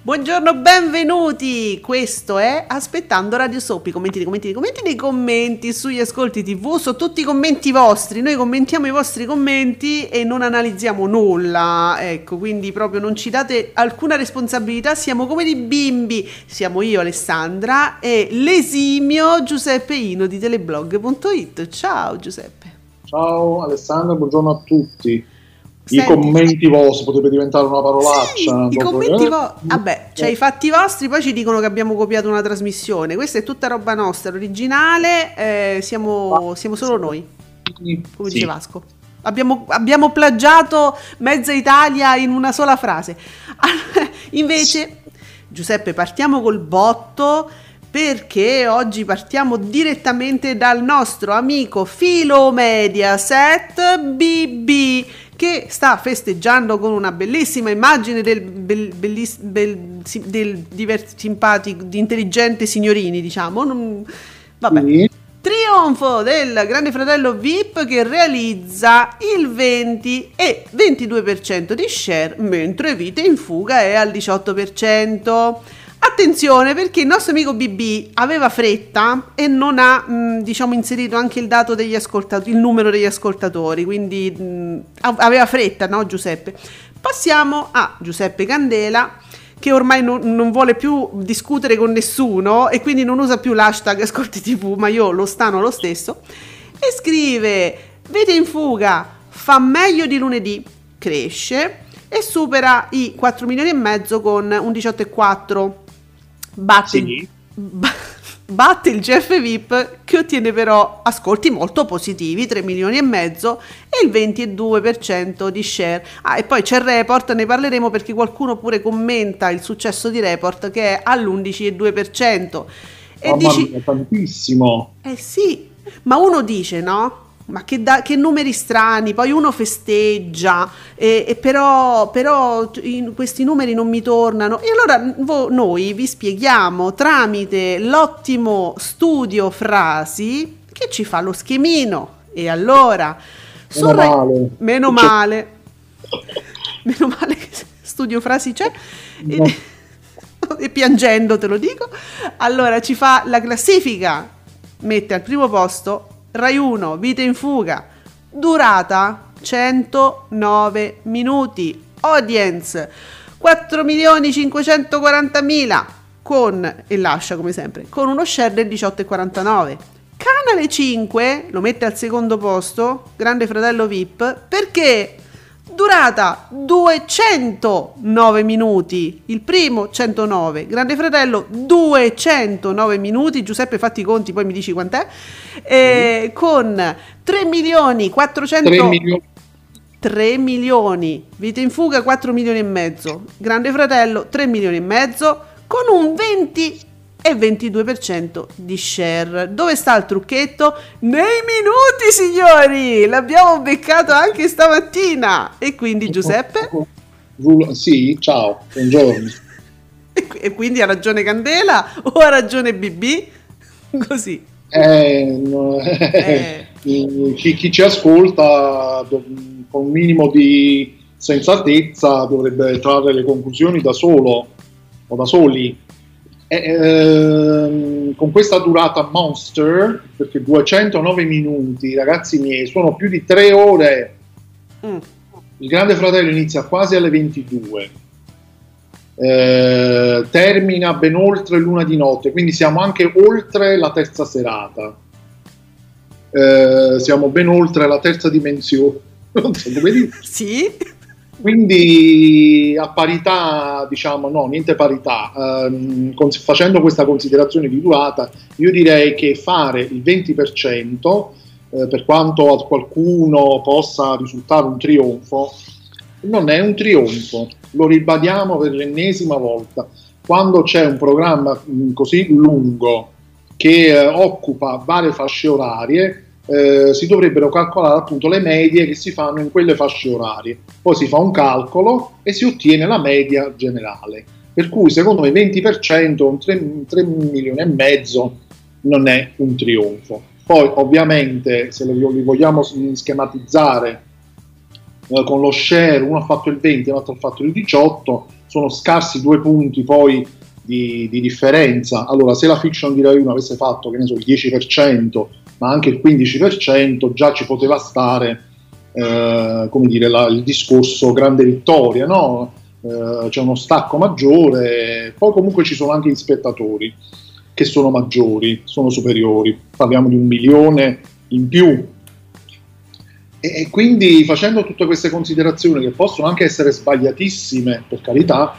Buongiorno, benvenuti. Questo è Aspettando Radio Soap. I commenti sugli ascolti TV, su tutti i commenti vostri. Noi commentiamo i vostri commenti e non analizziamo nulla. Ecco, quindi proprio non ci date alcuna responsabilità. Siamo come dei bimbi. Siamo io, Alessandra, e l'esimio Giuseppe Ino di teleblog.it. Ciao Giuseppe. Ciao Alessandra, buongiorno a tutti. I commenti vostri potrebbe diventare una parolaccia. Sì, i commenti vabbè, cioè i fatti vostri poi ci dicono che abbiamo copiato una trasmissione. Questa è tutta roba nostra, originale, siamo solo noi, come dice Vasco. Abbiamo plagiato mezza Italia in una sola frase. Invece, Giuseppe, partiamo col botto, perché oggi partiamo direttamente dal nostro amico Filo Mediaset BB, che sta festeggiando con una bellissima immagine del simpatico, di intelligente signorini, diciamo. Vabbè. Sì. Trionfo del Grande Fratello VIP, che realizza il 20 e 22% di share, mentre Vita in Fuga è al 18%. Attenzione, perché il nostro amico BB aveva fretta e non ha inserito anche il dato degli ascoltatori, il numero degli ascoltatori, quindi aveva fretta, no Giuseppe? Passiamo a Giuseppe Candela, che ormai non vuole più discutere con nessuno e quindi non usa più l'hashtag Ascolti TV, ma io lo stano lo stesso, e scrive: Vita in Fuga fa meglio di lunedì, cresce e supera i 4 milioni e mezzo con un 18,4. Batte il GF VIP, che ottiene però ascolti molto positivi, 3 milioni e mezzo e il 22% di share. E poi c'è Report, ne parleremo perché qualcuno pure commenta il successo di Report, che è all'11,2%. E dici, tantissimo. Sì, ma uno dice, no? Ma che numeri strani, poi uno festeggia, però questi numeri non mi tornano. E allora noi vi spieghiamo tramite l'ottimo studio Frasi, che ci fa lo schemino. E allora meno male che studio Frasi c'è. No. E piangendo te lo dico. Allora ci fa la classifica, mette al primo posto Rai 1, Vita in Fuga, durata 109 minuti, audience 4.540.000, e lascia come sempre, con uno share del 18,49. Canale 5 lo mette al secondo posto, Grande Fratello VIP, perché durata 209 minuti, il primo 109, Grande Fratello 209 minuti, Giuseppe fatti i conti poi mi dici quant'è, con 3 milioni, Vita in Fuga 4 milioni e mezzo, Grande Fratello 3 milioni e mezzo, con un 20 e 22% di share. Dove sta il trucchetto? Nei minuti, signori! L'abbiamo beccato anche stamattina. E quindi Giuseppe? Sì, ciao, buongiorno. E quindi ha ragione Candela o ha ragione BB? Così. Chi ci ascolta con un minimo di sensatezza dovrebbe trarre le conclusioni da solo o da soli. Con questa durata monster, perché 209 minuti, ragazzi miei, sono più di 3 ore. Il Grande Fratello inizia quasi alle 22, termina ben oltre l'una di notte, quindi siamo anche oltre la terza serata, siamo ben oltre la terza dimensione, non so come dire. Sì. Quindi a parità, diciamo, no, niente parità, facendo questa considerazione di durata, io direi che fare il 20%, per quanto a qualcuno possa risultare un trionfo, non è un trionfo, lo ribadiamo per l'ennesima volta. Quando c'è un programma così lungo che occupa varie fasce orarie, si dovrebbero calcolare appunto le medie che si fanno in quelle fasce orarie, poi si fa un calcolo e si ottiene la media generale, per cui secondo me 20%, 3 milioni e mezzo non è un trionfo. Poi ovviamente se li vogliamo schematizzare con lo share, uno ha fatto il 20, l'altro ha fatto il 18, sono scarsi 2 punti poi di differenza. Allora, se la fiction di Rai 1 avesse fatto, che ne so, il 10%, ma anche il 15%, già ci poteva stare, come dire, il discorso grande vittoria, no? C'è uno stacco maggiore, poi comunque ci sono anche gli spettatori che sono maggiori, sono superiori, parliamo di 1 milione in più. E quindi, facendo tutte queste considerazioni, che possono anche essere sbagliatissime, per carità,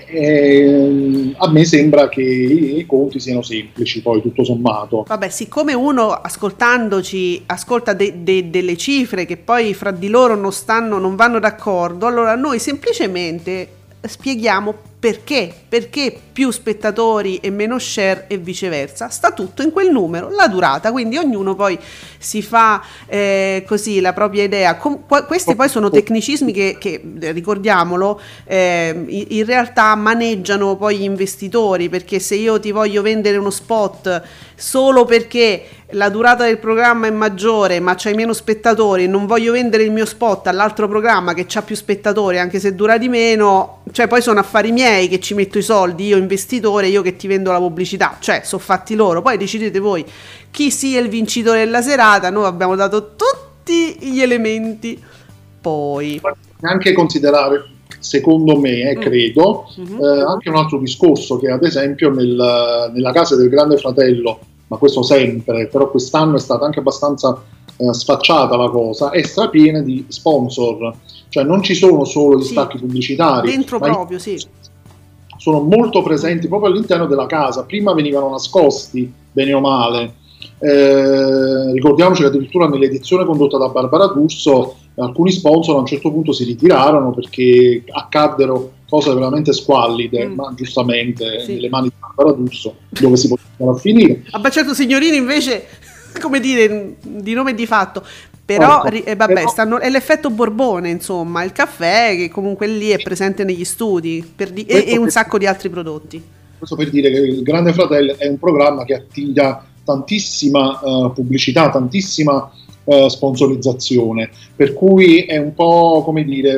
a me sembra che i conti siano semplici, poi tutto sommato. Vabbè, siccome uno ascoltandoci ascolta delle cifre che poi fra di loro non vanno d'accordo, allora noi semplicemente spieghiamo perché più spettatori e meno share e viceversa, sta tutto in quel numero, la durata, quindi ognuno poi si fa così la propria idea. Questi poi sono tecnicismi che ricordiamolo, in realtà maneggiano poi gli investitori, perché se io ti voglio vendere uno spot solo perché la durata del programma è maggiore ma c'hai meno spettatori, non voglio vendere il mio spot all'altro programma che c'ha più spettatori anche se dura di meno, cioè poi sono affari miei che ci metto i soldi, io investitore, io che ti vendo la pubblicità, cioè sono fatti loro, poi decidete voi chi sia il vincitore della serata. Noi abbiamo dato tutti gli elementi. Poi anche considerare, secondo me, credo, anche un altro discorso, che ad esempio nella casa del Grande Fratello, ma questo sempre, però quest'anno è stata anche abbastanza sfacciata la cosa, è strapiena di sponsor, cioè non ci sono solo gli stacchi pubblicitari, dentro proprio, sono molto presenti proprio all'interno della casa. Prima venivano nascosti, bene o male. Ricordiamoci che addirittura nell'edizione condotta da Barbara D'Urso alcuni sponsor a un certo punto si ritirarono perché accaddero cose veramente squallide, ma giustamente nelle mani di Barbara D'Urso dove si poteva finire. Vabbè, certo, signorini invece, come dire, di nome e di fatto, però è l'effetto Borbone, insomma, il caffè che comunque lì è presente negli studi e un sacco di altri prodotti. Questo per dire che il Grande Fratello è un programma che attira tantissima pubblicità, tantissima sponsorizzazione, per cui è un po', come dire,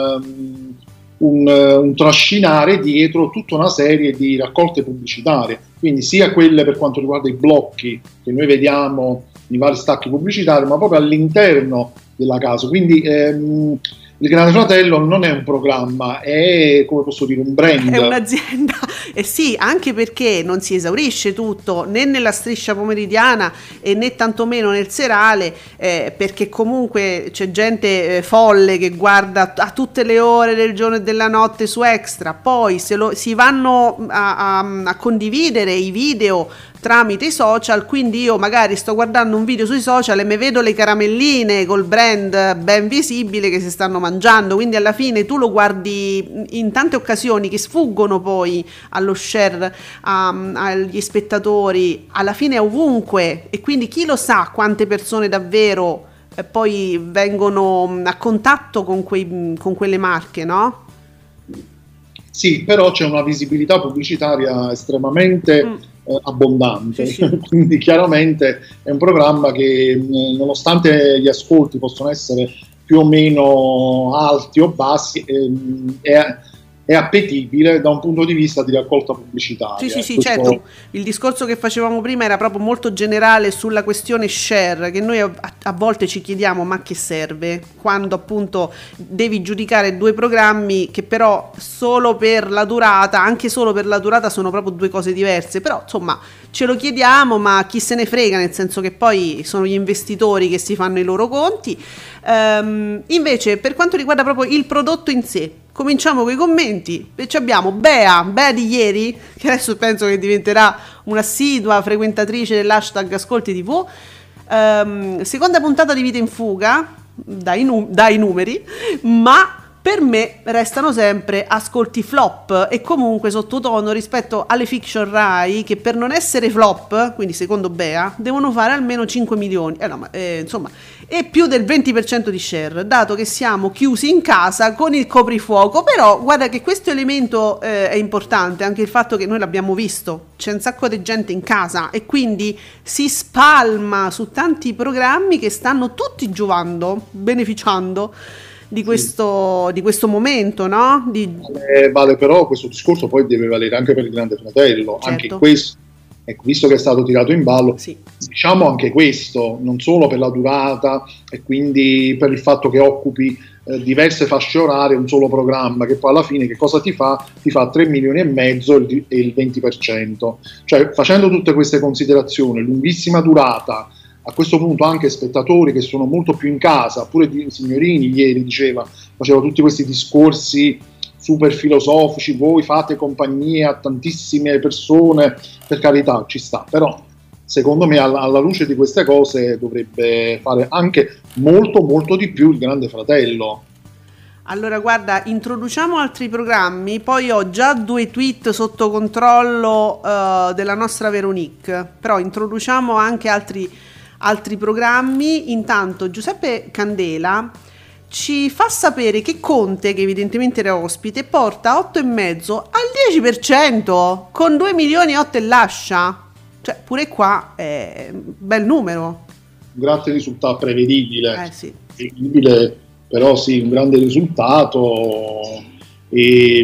un trascinare dietro tutta una serie di raccolte pubblicitarie, quindi sia quelle per quanto riguarda i blocchi che noi vediamo i vari stacchi pubblicitari, ma proprio all'interno della casa. Quindi il Grande Fratello non è un programma, è, come posso dire, un brand. È un'azienda, e sì, anche perché non si esaurisce tutto né nella striscia pomeridiana e né tantomeno nel serale, perché comunque c'è gente folle che guarda a tutte le ore del giorno e della notte su Extra, poi si vanno a condividere i video tramite i social, quindi io magari sto guardando un video sui social e mi vedo le caramelline col brand ben visibile che si stanno mangiando, quindi alla fine tu lo guardi in tante occasioni che sfuggono poi allo share, agli spettatori, alla fine è ovunque, e quindi chi lo sa quante persone davvero poi vengono a contatto con quelle marche, no? Sì, però c'è una visibilità pubblicitaria estremamente abbondante, sì. Quindi chiaramente è un programma che, nonostante gli ascolti possono essere più o meno alti o bassi, è appetibile da un punto di vista di raccolta pubblicitaria. Sì, certo. Il discorso che facevamo prima era proprio molto generale sulla questione share, che noi a volte ci chiediamo ma che serve, quando appunto devi giudicare due programmi che però solo per la durata, anche solo per la durata, sono proprio due cose diverse, però insomma ce lo chiediamo, ma chi se ne frega, nel senso che poi sono gli investitori che si fanno i loro conti. Invece per quanto riguarda proprio il prodotto in sé, cominciamo con i commenti. Ci abbiamo Bea di ieri, che adesso penso che diventerà un'assidua frequentatrice dell'hashtag Ascolti TV. Seconda puntata di Vita in Fuga, dai numeri, ma per me restano sempre ascolti flop e comunque sottotono rispetto alle fiction Rai, che per non essere flop, quindi secondo Bea, devono fare almeno 5 milioni, insomma, e più del 20% di share, dato che siamo chiusi in casa con il coprifuoco. Però guarda che questo elemento è importante, anche il fatto che noi l'abbiamo visto, c'è un sacco di gente in casa e quindi si spalma su tanti programmi che stanno tutti giovando, beneficiando di questo momento, no? Vale, però questo discorso poi deve valere anche per il Grande Fratello, certo. Anche questo, ecco, visto che è stato tirato in ballo, sì, diciamo anche questo, non solo per la durata e quindi per il fatto che occupi diverse fasce orarie, un solo programma, che poi alla fine che cosa ti fa? Ti fa 3 milioni e mezzo e il 20%. Cioè, facendo tutte queste considerazioni, lunghissima durata, a questo punto anche spettatori che sono molto più in casa, pure Signorini ieri faceva tutti questi discorsi super filosofici, voi fate compagnia a tantissime persone, per carità, ci sta, però secondo me alla luce di queste cose dovrebbe fare anche molto molto di più il Grande Fratello. Allora guarda, introduciamo altri programmi, poi ho già 2 tweet sotto controllo della nostra Veronique, però introduciamo anche altri programmi. Intanto Giuseppe Candela ci fa sapere che Conte, che evidentemente era ospite, porta 8,5 al 10% con 2 milioni e 8 e lascia. Cioè pure qua è un bel numero. Un grande risultato prevedibile. Sì. Prevedibile, però sì, un grande risultato. E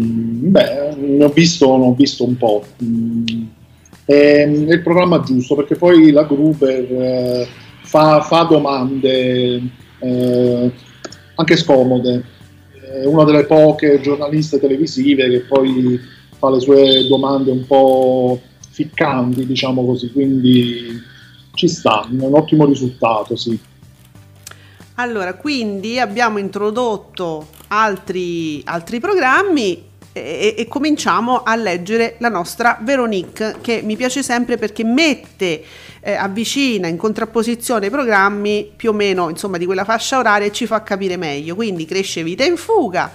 ne ho visto un po'. È il programma giusto, perché poi la Gruber fa domande anche scomode. È una delle poche giornaliste televisive che poi fa le sue domande un po' ficcanti, diciamo così, quindi ci sta, un ottimo risultato, sì. Allora, quindi abbiamo introdotto altri programmi e cominciamo a leggere la nostra Veronique, che mi piace sempre perché mette, avvicina in contrapposizione i programmi più o meno, insomma, di quella fascia oraria e ci fa capire meglio. Quindi Cresce Vita in Fuga,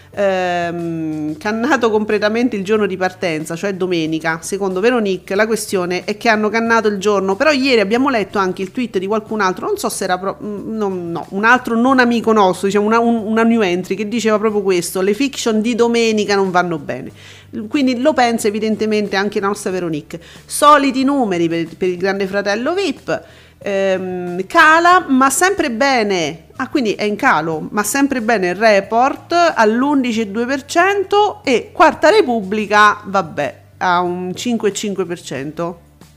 cannato completamente il giorno di partenza, cioè domenica. Secondo Veronique la questione è che hanno cannato il giorno, però ieri abbiamo letto anche il tweet di qualcun altro, non so se era un altro non amico nostro, diciamo una new entry, che diceva proprio questo: le fiction di domenica non vanno bene. Quindi lo pensa evidentemente anche la nostra Veronique. Soliti numeri per il Grande Fratello VIP. Cala ma sempre bene, quindi è in calo ma sempre bene il Report all'11,2% e Quarta Repubblica vabbè a un 5,5%.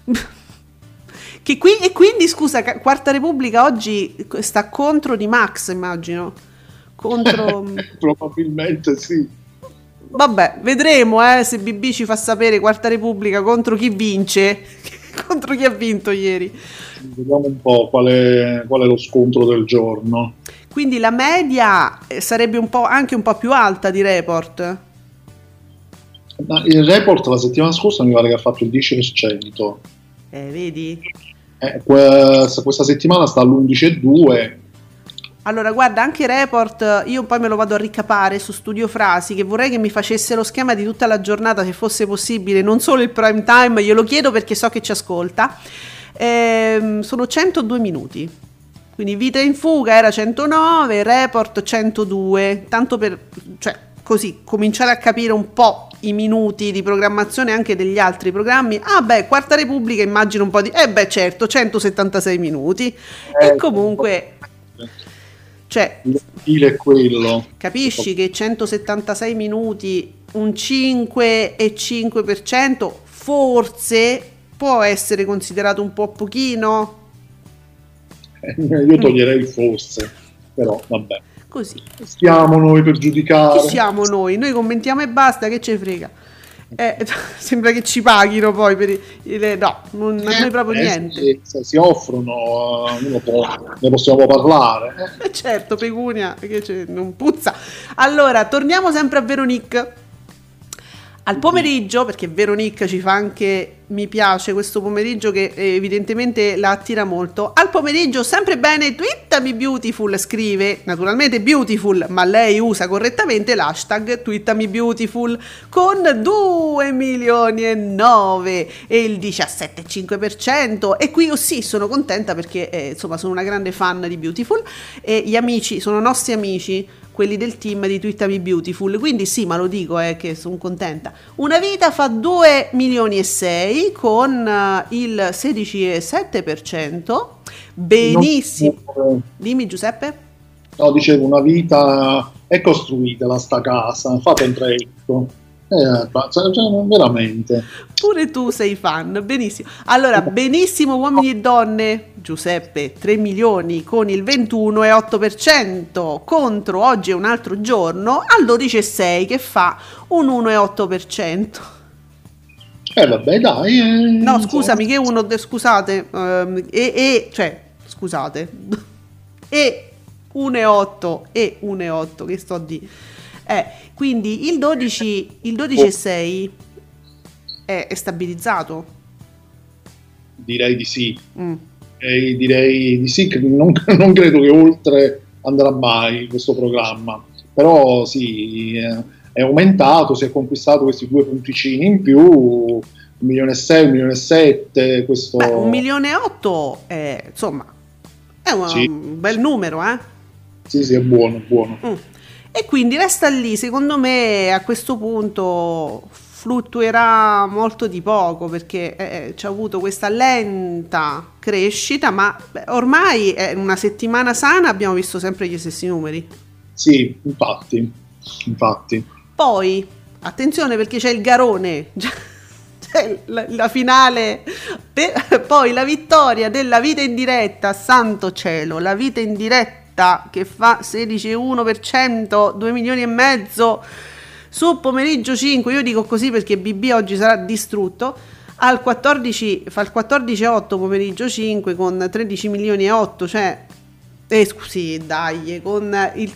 E quindi scusa, Quarta Repubblica oggi sta contro di Max, immagino contro probabilmente sì. Vabbè, vedremo se BB ci fa sapere Quarta Repubblica contro chi vince, contro chi ha vinto ieri. Vediamo un po' qual è lo scontro del giorno. Quindi la media sarebbe anche un po' più alta di Report. Il Report la settimana scorsa mi pare che ha fatto il 10%. Vedi? Questa settimana sta all'11,2%. Allora guarda, anche Report io poi me lo vado a ricapare su Studio Frasi, che vorrei che mi facesse lo schema di tutta la giornata se fosse possibile, non solo il prime time, glielo chiedo perché so che ci ascolta. Sono 102 minuti, quindi Vita in Fuga era 109, Report 102, tanto per, cioè, così cominciare a capire un po' i minuti di programmazione anche degli altri programmi. Quarta Repubblica immagino un po' di certo 176 minuti e comunque cioè, il stile è quello. Capisci che 176 minuti, un 5,5% forse può essere considerato un po' pochino? Io toglierei il forse, però vabbè. Così. Siamo noi per giudicare. Chi siamo noi? Noi commentiamo e basta, che ce frega. Sembra che ci paghino poi per no, non a noi proprio niente. Se si offrono, ne possiamo parlare. Certo, pecunia, che non puzza. Allora, torniamo sempre a Veronique. Al pomeriggio, perché Veronique ci fa anche mi piace questo pomeriggio che evidentemente la attira molto. Al pomeriggio sempre bene Twittami Beautiful, scrive naturalmente Beautiful, ma lei usa correttamente l'hashtag Twittami Beautiful con 2 milioni e 9 e il 17,5%. E qui sì, sono contenta perché insomma sono una grande fan di Beautiful e gli amici sono nostri amici, quelli del team di Twittami Beautiful, quindi sì, ma lo dico che sono contenta. Una vita fa 2 milioni e 6 con il 16,7%. Benissimo. Dimmi Giuseppe. No, dicevo, una vita è costruita sta casa, fate un traghetto. Veramente. Pure tu sei fan, benissimo. Allora, benissimo uomini e donne, Giuseppe, 3 milioni con il 21,8% contro Oggi è un altro giorno al 12,6 che fa un 1,8%. Vabbè, dai. No, scusami, che uno, scusate, scusate, e 1,8 e 1,8 che sto di... quindi il 12,6 è stabilizzato? Direi di sì. Direi di sì, che non credo che oltre andrà mai questo programma, però sì, è aumentato, si è conquistato questi 2 punticini in più, 1,6 milioni, 1,7 milioni, questo... 1,8 milioni, insomma, è un bel numero, Sì, è buono, buono. E quindi resta lì, secondo me a questo punto fluttuerà molto di poco, perché c'è avuto questa lenta crescita, ma ormai è una settimana sana, abbiamo visto sempre gli stessi numeri. Sì, infatti. Poi, attenzione perché c'è il garone, c'è la finale, poi la vittoria della Vita in Diretta, santo cielo, la Vita in Diretta che fa 16,1%, 2 milioni e mezzo su Pomeriggio 5, io dico così perché BB oggi sarà distrutto, fa il 14,8 Pomeriggio 5 con 13 milioni e 8, cioè scusi, dai, con il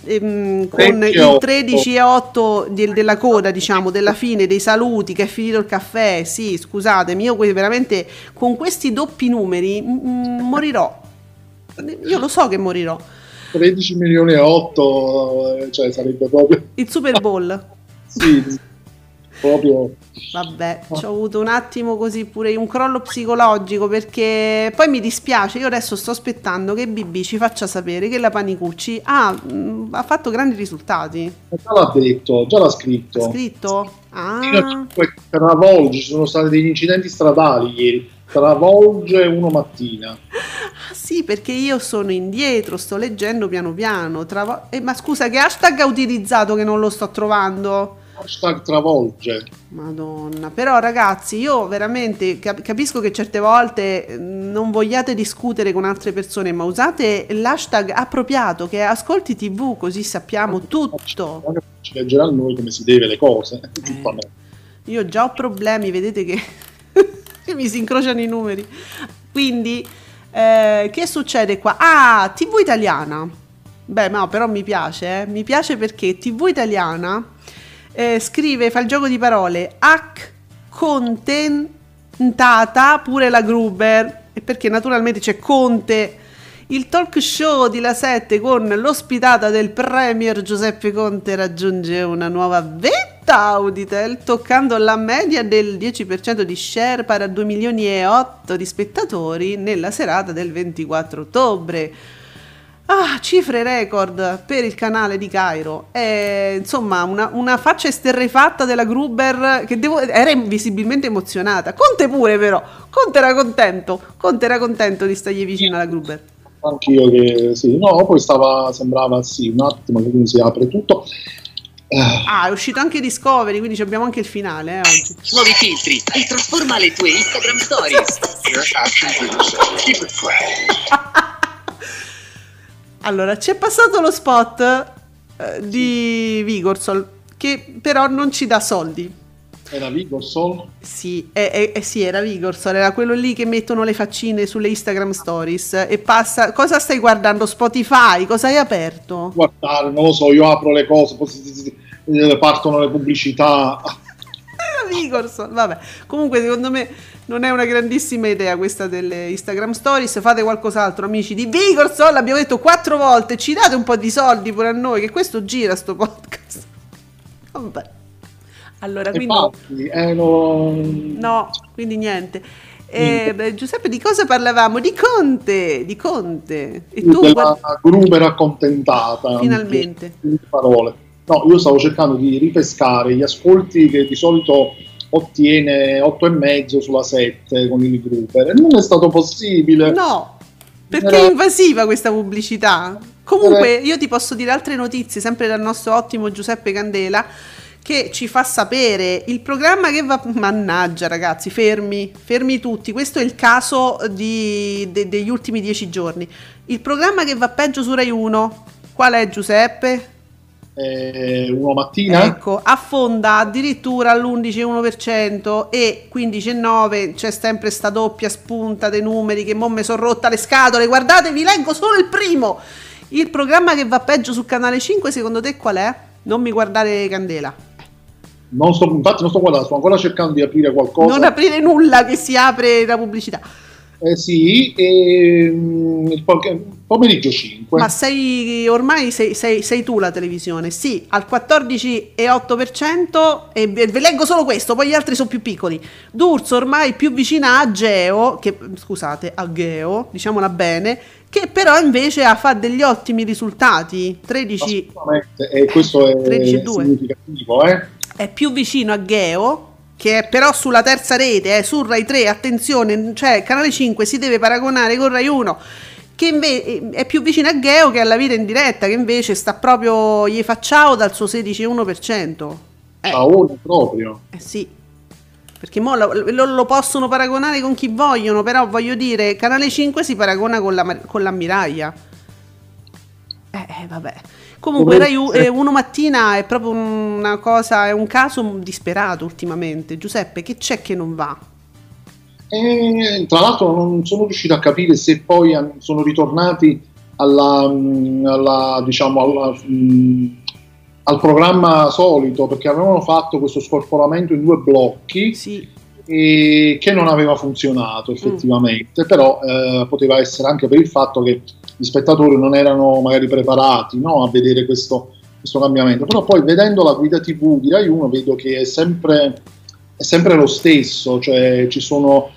13,8 della coda, diciamo, della fine, dei saluti, che è finito il caffè. Sì, scusatemi, io veramente con questi doppi numeri morirò. Io lo so che morirò. 13 milioni e 8, cioè sarebbe proprio il Super Bowl. Sì, proprio. Vabbè, ci ho avuto un attimo così pure un crollo psicologico, perché poi mi dispiace. Io adesso sto aspettando che BB ci faccia sapere che la Panicucci ha fatto grandi risultati. Già l'ha detto, già l'ha scritto. Ha scritto? Travolge, ci sono stati degli incidenti stradali ieri. Travolge uno mattina. Sì, perché io sono indietro, sto leggendo piano piano. Ma scusa, che hashtag ha utilizzato che non lo sto trovando? Hashtag travolge. Madonna, però ragazzi, io veramente capisco che certe volte non vogliate discutere con altre persone, ma usate l'hashtag appropriato, che è Ascolti TV, così sappiamo tutto. Ci leggerà a noi come si deve le cose. Io già ho problemi, vedete che mi si incrociano i numeri. Quindi che succede qua? TV Italiana. Beh, no, però mi piace perché TV Italiana scrive, fa il gioco di parole, accontentata pure la Gruber, e perché naturalmente c'è Conte, il talk show di La 7 con l'ospitata del premier Giuseppe Conte raggiunge una nuova vetta Auditel, toccando la media del 10% di share pari a 2 milioni e 8 di spettatori nella serata del 24 ottobre. Cifre record per il canale di Cairo. Insomma, una faccia esterrefatta della Gruber che era visibilmente emozionata. Conte pure, però. Conte era contento di stargli vicino alla Gruber. Anch'io che sì. No, poi sembrava sì, un attimo che si apre tutto. È uscito anche Discovery, quindi abbiamo anche il finale oggi. Nuovi filtri e trasforma le tue Instagram Stories. Allora, c'è passato lo spot di Vigorsol, che però non ci dà soldi. Era Vigorsol? Sì, sì, era Vigorsol, era quello lì che mettono le faccine sulle Instagram Stories e passa... Cosa stai guardando? Spotify? Cosa hai aperto? Guardare, non lo so, io apro le cose, poi partono le pubblicità. Era Vigorsol, vabbè. Comunque, secondo me non è una grandissima idea questa delle Instagram Stories. Fate qualcos'altro, amici di Vigorsol. L'abbiamo detto 4 volte, ci date un po' di soldi pure a noi, che questo gira sto podcast. Vabbè. Allora, quindi no, quindi niente. Giuseppe, di cosa parlavamo? Di Conte. E tu della Gruber accontentata. Finalmente. Parole. No, io stavo cercando di ripescare gli ascolti che di solito ottiene 8,5 sulla 7 con il Gruber, e non è stato possibile. No, perché è invasiva questa pubblicità. Comunque io ti posso dire altre notizie, sempre dal nostro ottimo Giuseppe Candela, che ci fa sapere il programma che va... Mannaggia ragazzi, fermi tutti, questo è il caso degli ultimi 10 giorni. Il programma che va peggio su Rai 1, qual è Giuseppe? Uno Mattina? Ecco, affonda addirittura all'11,1% e 15,9%, c'è sempre sta doppia spunta dei numeri che mo' mi sono rotta le scatole, guardate vi leggo solo il primo. Il programma che va peggio su Canale 5 secondo te qual è? Non mi guardare Candela. Infatti non sto guardando, sto ancora cercando di aprire qualcosa. Non aprire nulla che si apre la pubblicità. Sì, il pomeriggio 5. Ma ormai sei tu la televisione, sì, al 14,8% e ve leggo solo questo, poi gli altri sono più piccoli. D'Urso ormai più vicina a Geo, a Geo, diciamola bene, che però invece fa degli ottimi risultati, 13. Assolutamente, e questo è 13,2. Significativo, È più vicino a Geo, che è però sulla terza rete, su Rai 3, attenzione, cioè Canale 5 si deve paragonare con Rai 1, che invece è più vicino a Geo che alla vita in diretta, che invece sta proprio, gli fa ciao dal suo 16,1%. Ciao proprio. Sì, perché mo lo possono paragonare con chi vogliono, però voglio dire, Canale 5 si paragona con l'ammiraglia. Vabbè. Comunque Rai 1 Mattina è proprio una cosa, è un caso disperato ultimamente. Giuseppe, che c'è che non va? Tra l'altro non sono riuscito a capire se poi sono ritornati al programma solito, perché avevano fatto questo scorporamento in 2 blocchi. Sì. E che non aveva funzionato effettivamente, però poteva essere anche per il fatto che gli spettatori non erano magari preparati, no, a vedere questo cambiamento. Però poi vedendo la guida TV di Rai 1 vedo che è sempre lo stesso, cioè ci sono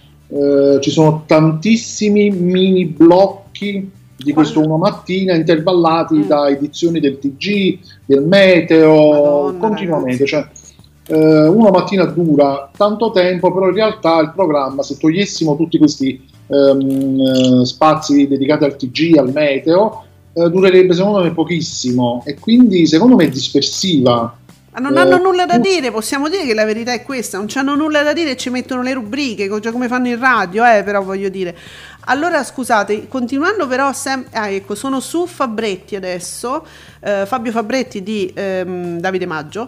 tantissimi mini blocchi di questo 1 Mattina intervallati da edizioni del TG, del Meteo, Madonna, continuamente, cioè 1 Mattina dura tanto tempo, però in realtà il programma, se togliessimo tutti questi spazi dedicati al TG, al Meteo, durerebbe secondo me pochissimo, e quindi secondo me è dispersiva. Ma non hanno nulla da dire, possiamo dire che la verità è questa, non hanno nulla da dire e ci mettono le rubriche, cioè come fanno in radio, però voglio dire. Allora scusate, continuando però ecco, sono su Fabretti adesso, Fabio Fabretti di Davide Maggio.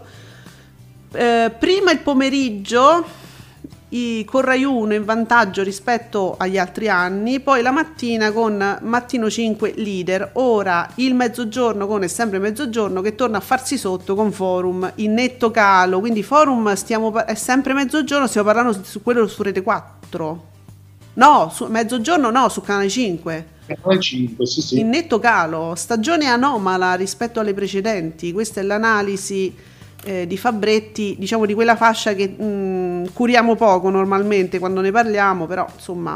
Prima il pomeriggio con Rai 1 in vantaggio rispetto agli altri anni, poi la mattina con Mattino 5 leader, ora il mezzogiorno con È sempre mezzogiorno che torna a farsi sotto con Forum in netto calo, quindi Forum è sempre mezzogiorno, stiamo parlando su quello su Rete 4, no, su mezzogiorno no, su Canale 5. Canale 5, sì. In netto calo, stagione anomala rispetto alle precedenti, questa è l'analisi di Fabretti, diciamo di quella fascia che curiamo poco normalmente quando ne parliamo, però insomma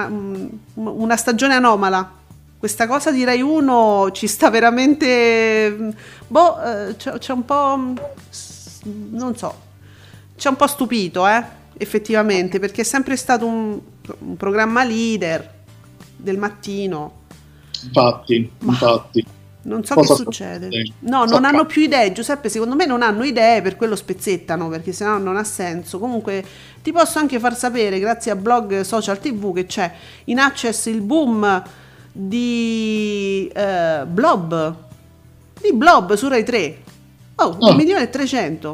una stagione anomala. Questa cosa di Rai 1 ci sta veramente c'è un po', non so, c'è un po' stupito effettivamente, perché è sempre stato un programma leader del mattino. Infatti non so cosa che succede. No, non hanno più idee, Giuseppe, secondo me non hanno idee, per quello spezzettano, perché sennò non ha senso. Comunque ti posso anche far sapere, grazie a Blog Social TV, che c'è in access il boom di Blob su Rai 3. 1.300.000.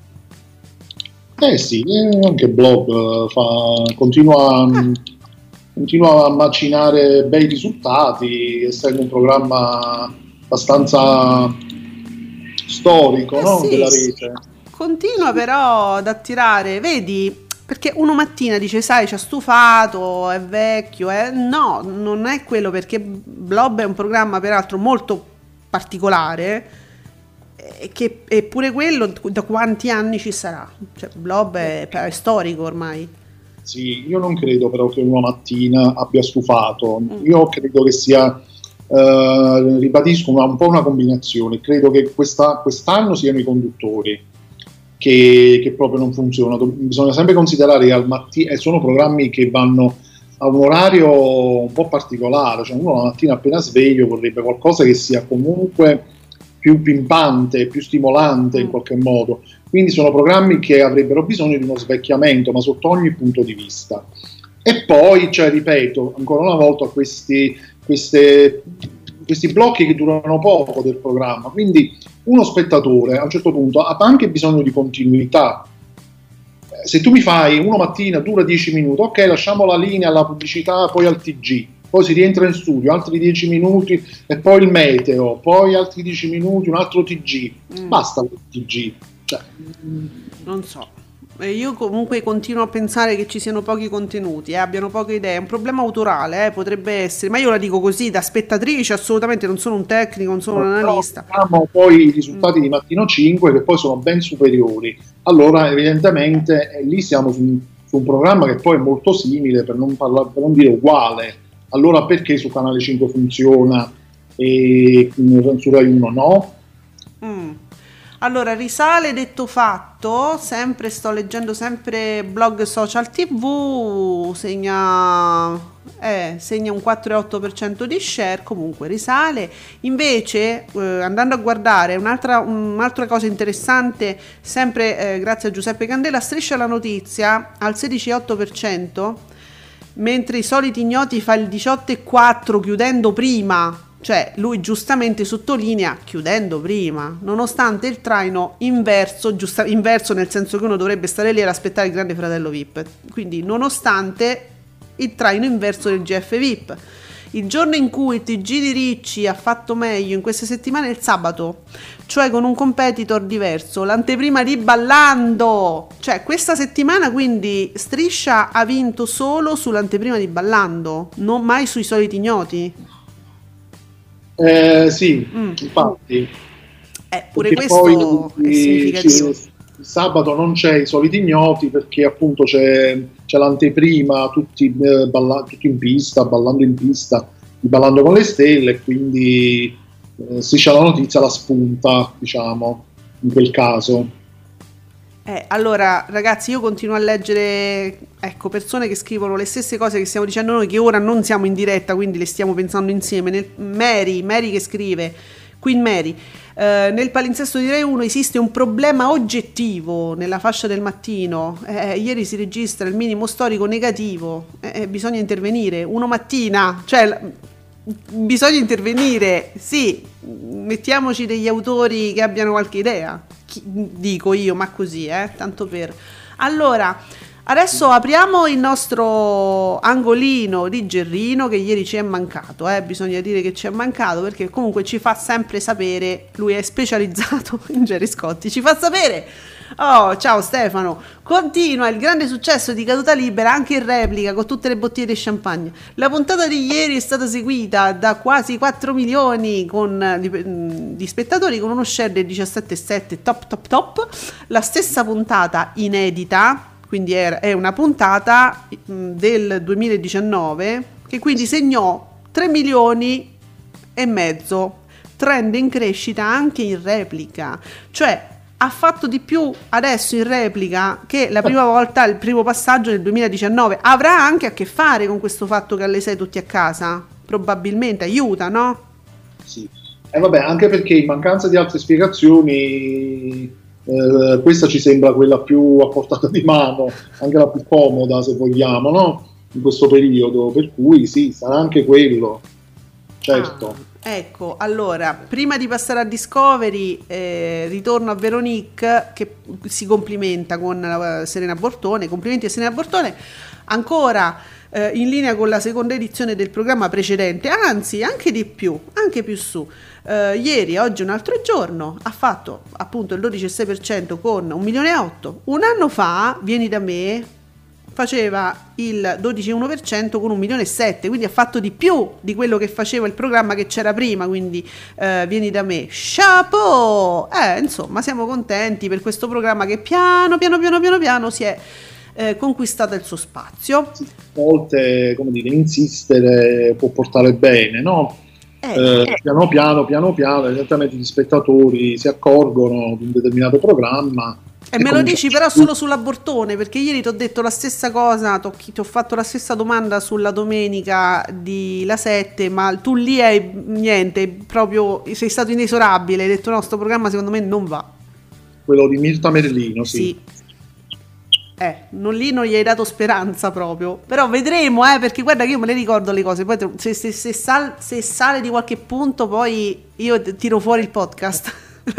Sì, anche Blob continua a macinare bei risultati, essendo un programma abbastanza storico, no? Sì, della rete. Continua però ad attirare, vedi, perché 1 Mattina dice sai ci ha stufato, è vecchio, no, non è quello, perché Blob è un programma peraltro molto particolare, che eppure quello da quanti anni ci sarà, cioè Blob è storico ormai. Sì, io non credo però che 1 Mattina abbia stufato, io credo che sia, ribadisco, un po' una combinazione. Credo che quest'anno siano i conduttori che proprio non funzionano. Bisogna sempre considerare che al mattino sono programmi che vanno ha un orario un po' particolare, cioè uno la mattina appena sveglio vorrebbe qualcosa che sia comunque più pimpante, più stimolante in qualche modo, quindi sono programmi che avrebbero bisogno di uno svecchiamento, ma sotto ogni punto di vista. E poi, cioè, ripeto, ancora una volta questi blocchi che durano poco del programma, quindi uno spettatore a un certo punto ha anche bisogno di continuità. Se tu mi fai una mattina dura 10 minuti, ok, lasciamo la linea alla pubblicità, poi al TG, poi si rientra in studio, altri 10 minuti e poi il meteo, poi altri 10 minuti, un altro TG, basta il TG. Cioè, non so. Io comunque continuo a pensare che ci siano pochi contenuti, abbiano poche idee, è un problema autorale, potrebbe essere, ma io la dico così da spettatrice, assolutamente non sono un tecnico, non sono un analista. Abbiamo poi i risultati di Mattino 5 che poi sono ben superiori, allora evidentemente lì siamo su un programma che poi è molto simile, per non dire uguale. Allora perché su Canale 5 funziona e su Rai 1 no? Allora, risale detto fatto, sempre sto leggendo sempre blog social TV, segna un 4,8% di share, comunque risale. Invece, andando a guardare un'altra cosa interessante, sempre grazie a Giuseppe Candela, Striscia la Notizia al 16,8%, mentre I Soliti Ignoti fa il 18,4% chiudendo prima. Cioè lui giustamente sottolinea chiudendo prima, nonostante il traino inverso nel senso che uno dovrebbe stare lì ad aspettare il Grande Fratello VIP, quindi nonostante il traino inverso del GF VIP. Il giorno in cui il TG di Ricci ha fatto meglio in queste settimane è il sabato, cioè con un competitor diverso, l'anteprima di Ballando, cioè questa settimana quindi Striscia ha vinto solo sull'anteprima di Ballando, non mai sui Soliti Ignoti. Sì, infatti. Pure questo poi, è significativo. Il sabato non c'è I Soliti Ignoti perché appunto c'è l'anteprima, tutti in pista, ballando in pista, Ballando con le Stelle, quindi Striscia la Notizia la spunta, diciamo, in quel caso. Allora ragazzi, io continuo a leggere persone che scrivono le stesse cose che stiamo dicendo noi, che ora non siamo in diretta, quindi le stiamo pensando insieme. Mary che scrive, Queen Mary, nel palinsesto di Rai 1 esiste un problema oggettivo nella fascia del mattino, ieri si registra il minimo storico negativo, bisogna intervenire, uno mattina, cioè bisogna intervenire, sì, mettiamoci degli autori che abbiano qualche idea, dico io, ma così, tanto per. Allora, adesso apriamo il nostro angolino di Gerrino che ieri ci è mancato, bisogna dire che ci è mancato perché comunque ci fa sempre sapere, lui è specializzato in Gerry Scotti, ci fa sapere. Oh, ciao Stefano, continua il grande successo di Caduta Libera anche in replica con tutte le bottiglie di champagne. La puntata di ieri è stata seguita da quasi 4 milioni di spettatori con uno share del 17,7 top. La stessa puntata inedita, quindi è una puntata del 2019 che quindi segnò 3 milioni e mezzo, trend in crescita anche in replica, cioè ha fatto di più adesso in replica che la prima volta, il primo passaggio nel 2019. Avrà anche a che fare con questo fatto che alle 6 tutti a casa? Probabilmente aiuta, no? Sì. Vabbè, anche perché in mancanza di altre spiegazioni questa ci sembra quella più a portata di mano, anche la più comoda se vogliamo, no? In questo periodo, per cui sì, sarà anche quello, certo. Ecco, allora, prima di passare a Discovery, ritorno a Veronique che si complimenta con Serena Bortone, complimenti a Serena Bortone, ancora in linea con la seconda edizione del programma precedente, anzi anche di più, anche più su. Ieri, oggi un altro giorno, ha fatto appunto il 12,6% con 1,8 milioni. Un anno fa, Vieni da me, faceva il 12,1% con 1,7 milioni, quindi ha fatto di più di quello che faceva il programma che c'era prima, quindi Vieni da me, chapeau! Insomma, siamo contenti per questo programma che piano si è conquistato il suo spazio. A volte, come dire, insistere può portare bene, no? Piano piano, evidentemente gli spettatori si accorgono di un determinato programma E me lo dici però solo sull'abortone, perché ieri ti ho detto la stessa cosa, ti ho fatto la stessa domanda sulla domenica di La 7, ma tu lì hai niente, proprio sei stato inesorabile, hai detto no, sto programma secondo me non va. Quello di Mirta Merlino, sì. Non gli hai dato speranza proprio, però vedremo, perché guarda che io me le ricordo le cose, poi se sale di qualche punto poi io tiro fuori il podcast.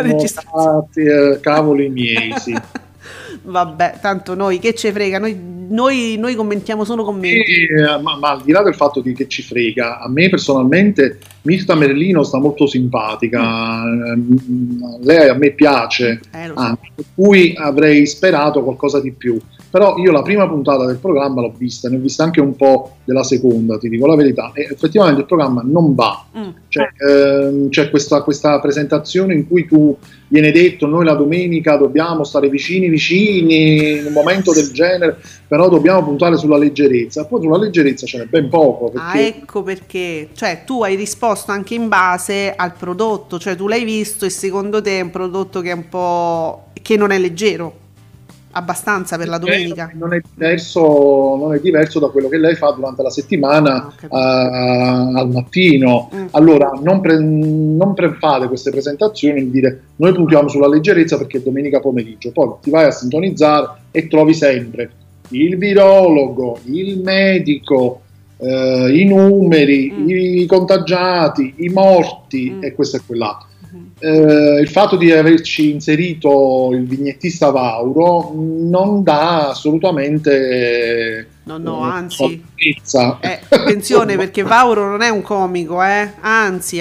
Cavoli miei, sì. Vabbè, tanto noi che ci frega, noi commentiamo solo commenti. Ma al di là del fatto di che ci frega, a me personalmente Mirta Merlino sta molto simpatica, lei a me piace, So. Per cui avrei sperato qualcosa di più. Però io la prima puntata del programma l'ho vista, ne ho vista anche un po' della seconda, ti dico la verità, e effettivamente il programma non va. C'è questa presentazione in cui viene detto noi la domenica dobbiamo stare vicini in un momento del genere, però dobbiamo puntare sulla leggerezza. Poi sulla leggerezza ce n'è ben poco. Ecco perché, cioè tu hai risposto anche in base al prodotto, cioè tu l'hai visto e secondo te è un prodotto che è un po' che non è leggero. Abbastanza per la domenica. Non è diverso da quello che lei fa durante la settimana al mattino. Allora non fate queste presentazioni e dire noi puntiamo sulla leggerezza perché è domenica pomeriggio, poi ti vai a sintonizzare e trovi sempre il virologo, il medico, i numeri, i contagiati, i morti e questo e quell'altro. Il fatto di averci inserito il vignettista Vauro non dà assolutamente anzi attenzione perché Vauro non è un comico, anzi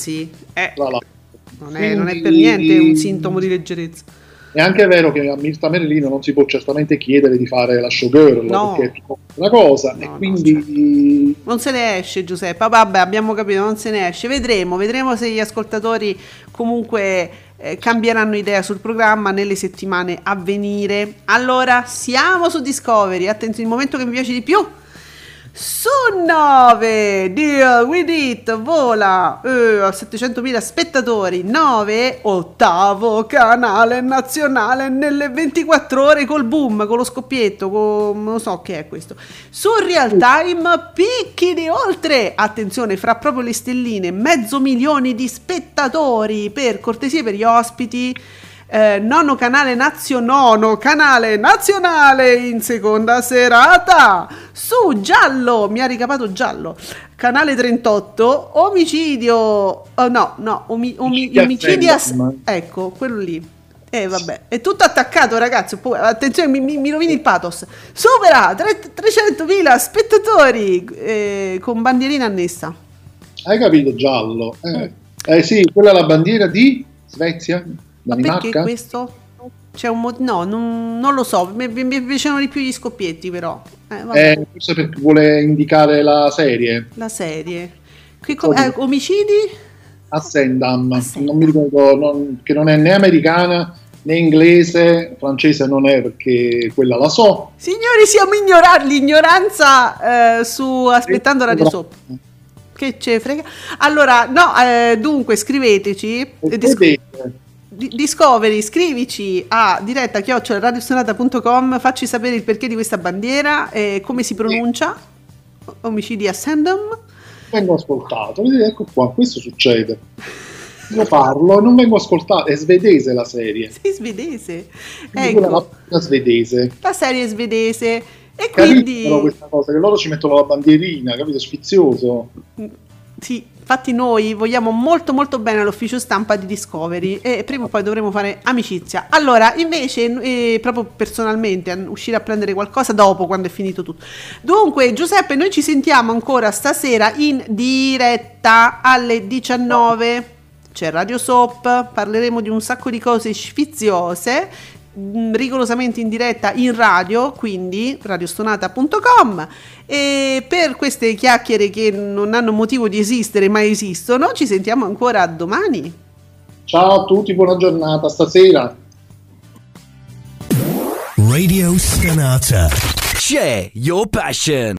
non è per niente un sintomo di leggerezza. È anche vero che a Mirta Merlino non si può certamente chiedere di fare la showgirl, perché è una cosa, e quindi certo. Non se ne esce, Giuseppe. Vabbè, abbiamo capito, non se ne esce. Vedremo se gli ascoltatori comunque cambieranno idea sul programma nelle settimane a venire. Allora, siamo su Discovery. Attenzione, il momento che mi piace di più. Su 9 Deal With It vola a 700.000 spettatori. 9 ottavo canale nazionale nelle 24 ore col boom, con lo scoppietto, non so che è questo. Su Real Time picchi di oltre, attenzione, fra proprio le stelline, 500.000 di spettatori. Per cortesia per gli ospiti, nono canale nazionale in seconda serata. Su Giallo, mi ha ricapato Giallo, canale 38, omicidio, omicidi ecco, quello lì. Vabbè, è tutto attaccato, ragazzi. Attenzione, mi rovini il pathos. Supera 300.000 spettatori con bandierina annessa. Hai capito? Giallo. Sì, quella è la bandiera di Svezia. Ma perché questo? C'è un no, non lo so, mi piacciono di più gli scoppietti però. Forse perché vuole indicare la serie. La serie. Omicidi? Assendam. Non mi ricordo, che non è né americana né inglese, francese non è perché quella la so. Signori, siamo l'ignoranza su Aspettando Radio Soap. Che ce frega. Allora, dunque scriveteci. Discovery, scrivici a diretta@radiostonata.com, facci sapere il perché di questa bandiera e come si pronuncia. Omicidi Assendam. Vengo ascoltato, ecco qua, questo succede. Io parlo e non vengo ascoltato. È svedese la serie. Sì, svedese. Ecco. La svedese. La serie è svedese. E quindi però questa cosa che loro ci mettono la bandierina, capito? Sfizioso. Sì, infatti noi vogliamo molto molto bene all'ufficio stampa di Discovery e prima o poi dovremo fare amicizia. Allora, invece, proprio personalmente, uscire a prendere qualcosa dopo, quando è finito tutto. Dunque, Giuseppe, noi ci sentiamo ancora stasera in diretta alle 19. C'è Radio Soap, parleremo di un sacco di cose sfiziose, rigorosamente in diretta in radio, quindi radiostonata.com. E per queste chiacchiere che non hanno motivo di esistere ma esistono, ci sentiamo ancora domani. Ciao a tutti, buona giornata, stasera. Radio Stonata. Share your passion.